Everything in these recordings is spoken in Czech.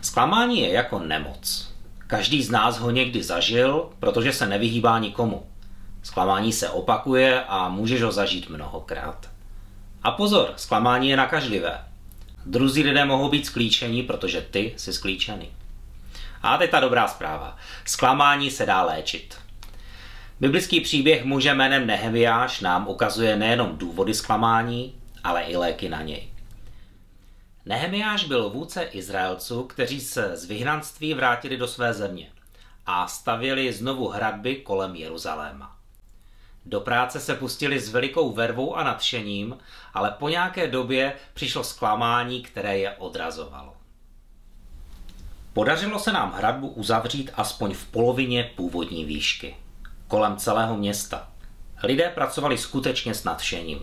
Zklamání je jako nemoc. Každý z nás ho někdy zažil, protože se nevyhýbá nikomu. Zklamání se opakuje a můžeš ho zažít mnohokrát. A pozor, zklamání je nakažlivé. Druzí lidé mohou být sklíčení, protože ty jsi sklíčený. A teď ta dobrá zpráva. Zklamání se dá léčit. Biblický příběh muže jménem Nehemiáš nám ukazuje nejenom důvody zklamání, ale i léky na něj. Nehemiáš byl vůdce Izraelců, kteří se z vyhnanství vrátili do své země a stavěli znovu hradby kolem Jeruzaléma. Do práce se pustili s velikou vervou a nadšením, ale po nějaké době přišlo zklamání, které je odrazovalo. Podařilo se nám hradbu uzavřít aspoň v polovině původní výšky, kolem celého města. Lidé pracovali skutečně s nadšením.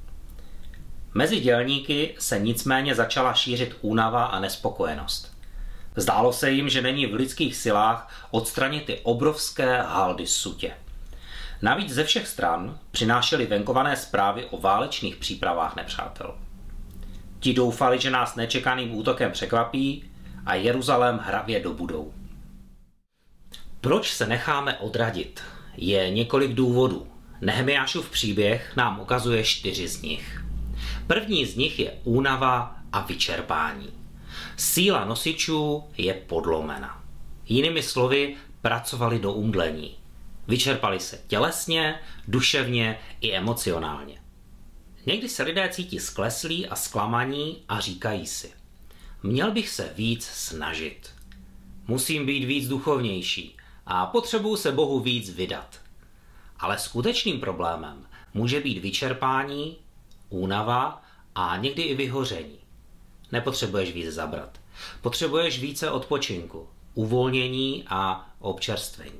Mezi dělníky se nicméně začala šířit únava a nespokojenost. Zdálo se jim, že není v lidských silách odstranit ty obrovské haldy sutě. Navíc ze všech stran přinášely venkované zprávy o válečných přípravách nepřátel. Ti doufali, že nás nečekaným útokem překvapí a Jeruzalém hravě dobudou. Proč se necháme odradit? Je několik důvodů. Nehemiášův příběh nám ukazuje 4 z nich. První z nich je únava a vyčerpání. Síla nosičů je podlomena. Jinými slovy, pracovali do umdlení. Vyčerpali se tělesně, duševně i emocionálně. Někdy se lidé cítí skleslí a zklamaní a říkají si: měl bych se víc snažit. Musím být víc duchovnější a potřebuji se Bohu víc vydat. Ale skutečným problémem může být vyčerpání, únava a někdy i vyhoření. Nepotřebuješ víc zabrat. Potřebuješ více odpočinku, uvolnění a občerstvení.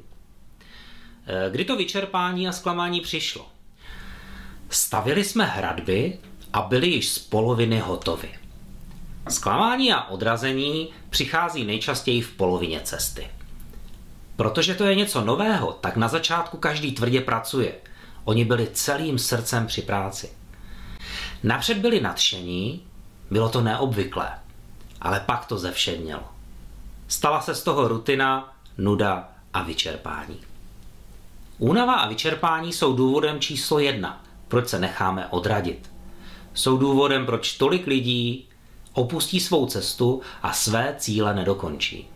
Kdy to vyčerpání a zklamání přišlo? Stavěli jsme hradby a byly již z poloviny hotovy. Zklamání a odrazení přichází nejčastěji v polovině cesty. Protože to je něco nového, tak na začátku každý tvrdě pracuje. Oni byli celým srdcem při práci. Napřed byli nadšení, bylo to neobvyklé, ale pak to zevšednělo. Stala se z toho rutina, nuda a vyčerpání. Únava a vyčerpání jsou důvodem číslo 1, proč se necháme odradit. Jsou důvodem, proč tolik lidí opustí svou cestu a své cíle nedokončí.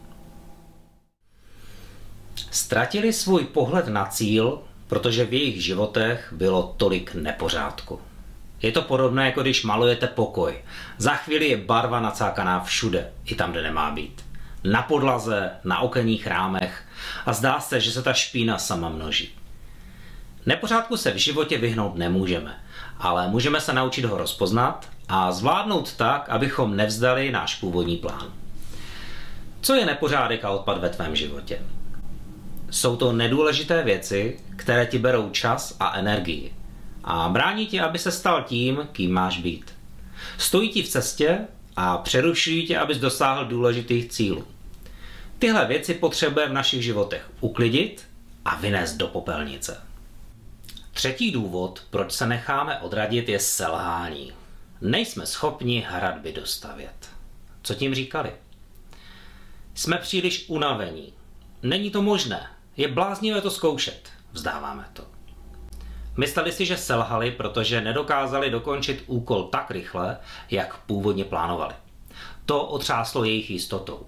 Ztratili svůj pohled na cíl, protože v jejich životech bylo tolik nepořádku. Je to podobné, jako když malujete pokoj. Za chvíli je barva nacákaná všude, i tam, kde nemá být. Na podlaze, na okenních rámech a zdá se, že se ta špína sama množí. Nepořádku se v životě vyhnout nemůžeme, ale můžeme se naučit ho rozpoznat a zvládnout tak, abychom nevzdali náš původní plán. Co je nepořádek a odpad ve tvém životě? Jsou to nedůležité věci, které ti berou čas a energii a brání ti, aby se stal tím, kým máš být. Stojí ti v cestě a přerušují tě, abys dosáhl důležitých cílů. Tyhle věci potřebujeme v našich životech uklidit a vynést do popelnice. Třetí důvod, proč se necháme odradit, je selhání. Nejsme schopni hradby dostavět. Co tím říkali? Jsme příliš unavení. Není to možné. Je bláznivé to zkoušet. Vzdáváme to. Mysleli si, že selhali, protože nedokázali dokončit úkol tak rychle, jak původně plánovali. To otřáslo jejich jistotou.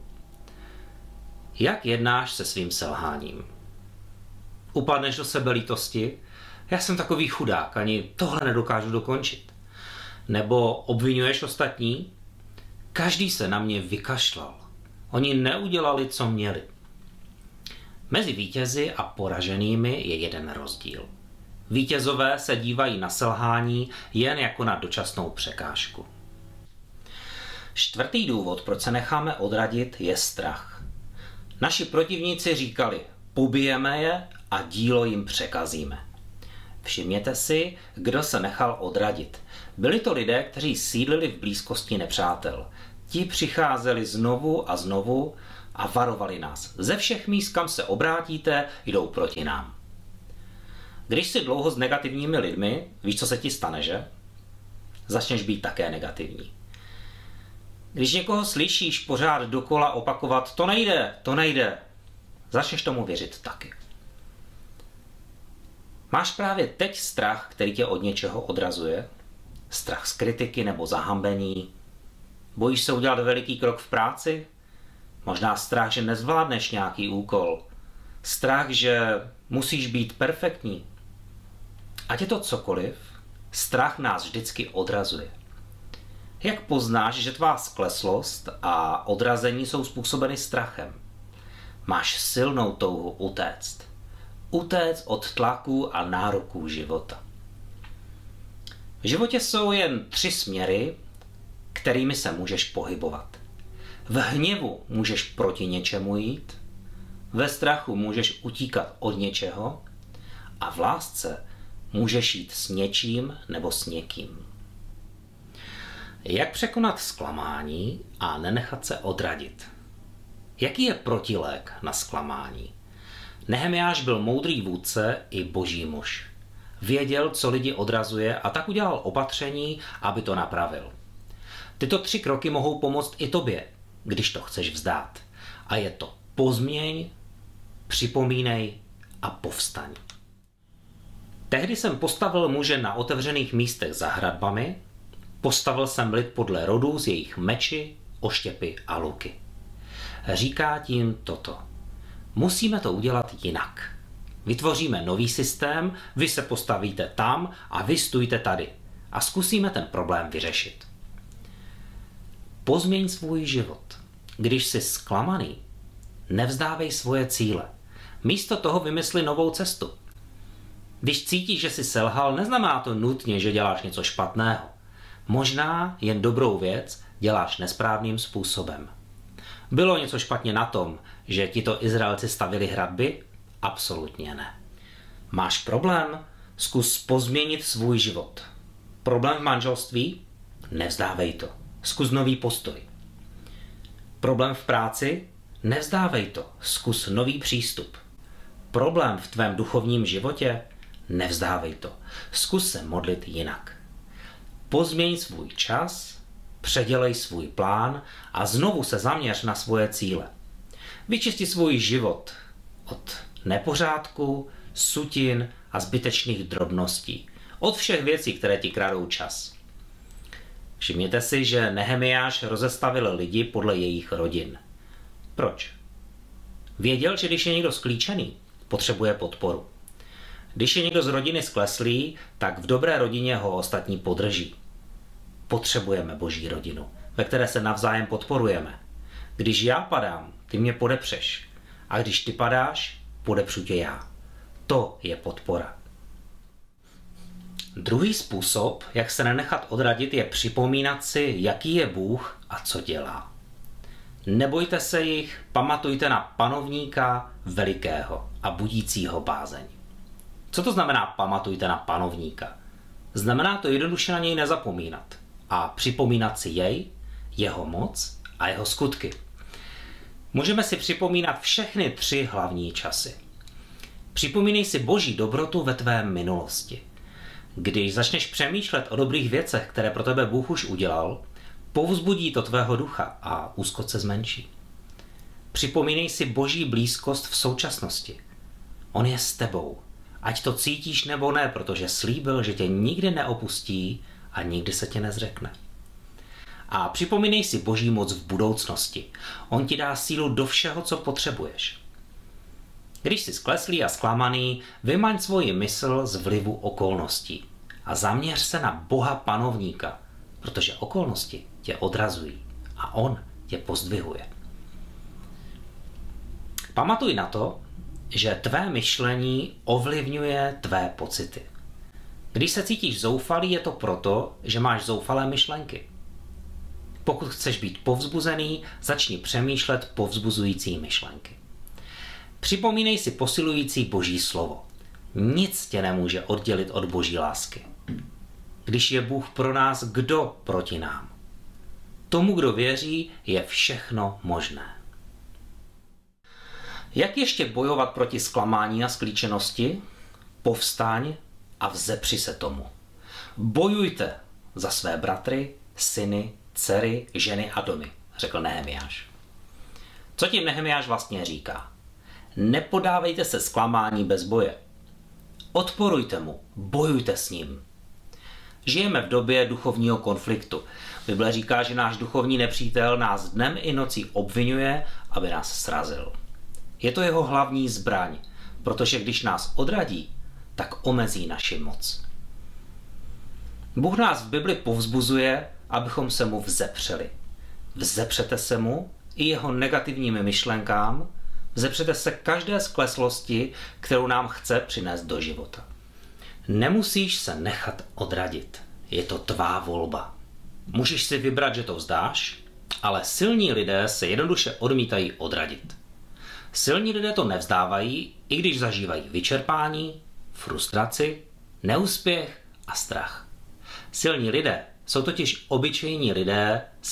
Jak jednáš se svým selháním? Upadneš do sebelítosti? Já jsem takový chudák, ani tohle nedokážu dokončit. Nebo obvinuješ ostatní? Každý se na mě vykašlal. Oni neudělali, co měli. Mezi vítězi a poraženými je jeden rozdíl. Vítězové se dívají na selhání jen jako na dočasnou překážku. Čtvrtý důvod, proč se necháme odradit, je strach. Naši protivníci říkali: pobijeme je a dílo jim překazíme. Všimněte si, kdo se nechal odradit. Byli to lidé, kteří sídlili v blízkosti nepřátel. Ti přicházeli znovu a znovu a varovali nás. Ze všech míst, kam se obrátíte, jdou proti nám. Když jsi dlouho s negativními lidmi, víš, co se ti stane, že? Začneš být také negativní. Když někoho slyšíš pořád dokola opakovat, to nejde, začneš tomu věřit taky. Máš právě teď strach, který tě od něčeho odrazuje? Strach z kritiky nebo zahambení? Bojíš se udělat veliký krok v práci? Možná strach, že nezvládneš nějaký úkol? Strach, že musíš být perfektní? Ať je to cokoliv, strach nás vždycky odrazuje. Jak poznáš, že tvá skleslost a odrazení jsou způsobeny strachem? Máš silnou touhu utéct. Utéct od tlaků a nároků života. V životě jsou jen 3 směry, kterými se můžeš pohybovat. V hněvu můžeš proti něčemu jít, ve strachu můžeš utíkat od něčeho a v lásce můžeš jít s něčím nebo s někým. Jak překonat zklamání a nenechat se odradit? Jaký je protilék na zklamání? Nehemiáš byl moudrý vůdce i boží muž. Věděl, co lidi odrazuje a tak udělal opatření, aby to napravil. Tyto 3 kroky mohou pomoct i tobě, když to chceš vzdát. A je to pozměň, připomínej a povstaň. Tehdy jsem postavil muže na otevřených místech za hradbami, postavil jsem lid podle rodů z jejich meči, oštěpy a luky. Říká tím toto. Musíme to udělat jinak. Vytvoříme nový systém, vy se postavíte tam a vy stůjte tady. A zkusíme ten problém vyřešit. Pozměň svůj život. Když jsi zklamaný, nevzdávej svoje cíle. Místo toho vymysli novou cestu. Když cítíš, že jsi selhal, neznamená to nutně, že děláš něco špatného. Možná jen dobrou věc děláš nesprávným způsobem. Bylo něco špatně na tom, že tito Izraelci stavili hradby? Absolutně ne. Máš problém? Zkus pozměnit svůj život. Problém v manželství? Nevzdávej to. Zkus nový postoj. Problém v práci? Nevzdávej to. Zkus nový přístup. Problém v tvém duchovním životě? Nevzdávej to. Zkus se modlit jinak. Pozměň svůj čas, předělej svůj plán a znovu se zaměř na svoje cíle. Vyčisti svůj život od nepořádku, sutin a zbytečných drobností. Od všech věcí, které ti kradou čas. Všimněte si, že Nehemiáš rozestavil lidi podle jejich rodin. Proč? Věděl, že když je někdo sklíčený, potřebuje podporu. Když je někdo z rodiny skleslý, tak v dobré rodině ho ostatní podrží. Potřebujeme boží rodinu, ve které se navzájem podporujeme. Když já padám, ty mě podepřeš. A když ty padáš, podepřu tě já. To je podpora. Druhý způsob, jak se nenechat odradit, je připomínat si, jaký je Bůh a co dělá. Nebojte se jich, pamatujte na panovníka velikého a budícího bázeň. Co to znamená pamatujte na panovníka? Znamená to jednoduše na něj nezapomínat a připomínat si jej, jeho moc a jeho skutky. Můžeme si připomínat všechny 3 hlavní časy. Připomínej si boží dobrotu ve tvé minulosti. Když začneš přemýšlet o dobrých věcech, které pro tebe Bůh už udělal, povzbudí to tvého ducha a úzkost se zmenší. Připomínej si boží blízkost v současnosti. On je s tebou. Ať to cítíš nebo ne, protože slíbil, že tě nikdy neopustí a nikdy se tě nezřekne. A připomínej si boží moc v budoucnosti. On ti dá sílu do všeho, co potřebuješ. Když jsi skleslý a zklamaný, vymaň svoji mysl z vlivu okolností a zaměř se na Boha panovníka, protože okolnosti tě odrazují a on tě pozdvihuje. Pamatuj na to, že tvé myšlení ovlivňuje tvé pocity. Když se cítíš zoufalý, je to proto, že máš zoufalé myšlenky. Pokud chceš být povzbuzený, začni přemýšlet povzbuzující myšlenky. Připomínej si posilující boží slovo. Nic tě nemůže oddělit od boží lásky. Když je Bůh pro nás, kdo proti nám? Tomu, kdo věří, je všechno možné. Jak ještě bojovat proti zklamání a sklíčenosti? Povstaň a vzepři se tomu. Bojujte za své bratry, syny dcery, ženy a domy, řekl Nehemiáš. Co tím Nehemiáš vlastně říká? Nepodávejte se zklamání bez boje. Odporujte mu, bojujte s ním. Žijeme v době duchovního konfliktu. Bible říká, že náš duchovní nepřítel nás dnem i nocí obvinuje, aby nás srazil. Je to jeho hlavní zbraň, protože když nás odradí, tak omezí naši moc. Bůh nás v Bibli povzbuzuje, abychom se mu vzepřeli. Vzepřete se mu i jeho negativním myšlenkám, vzepřete se každé skleslosti, kterou nám chce přinést do života. Nemusíš se nechat odradit. Je to tvá volba. Můžeš si vybrat, že to vzdáš, ale silní lidé se jednoduše odmítají odradit. Silní lidé to nevzdávají, i když zažívají vyčerpání, frustraci, neúspěch a strach. Silní lidé jsou totiž obyčejní lidé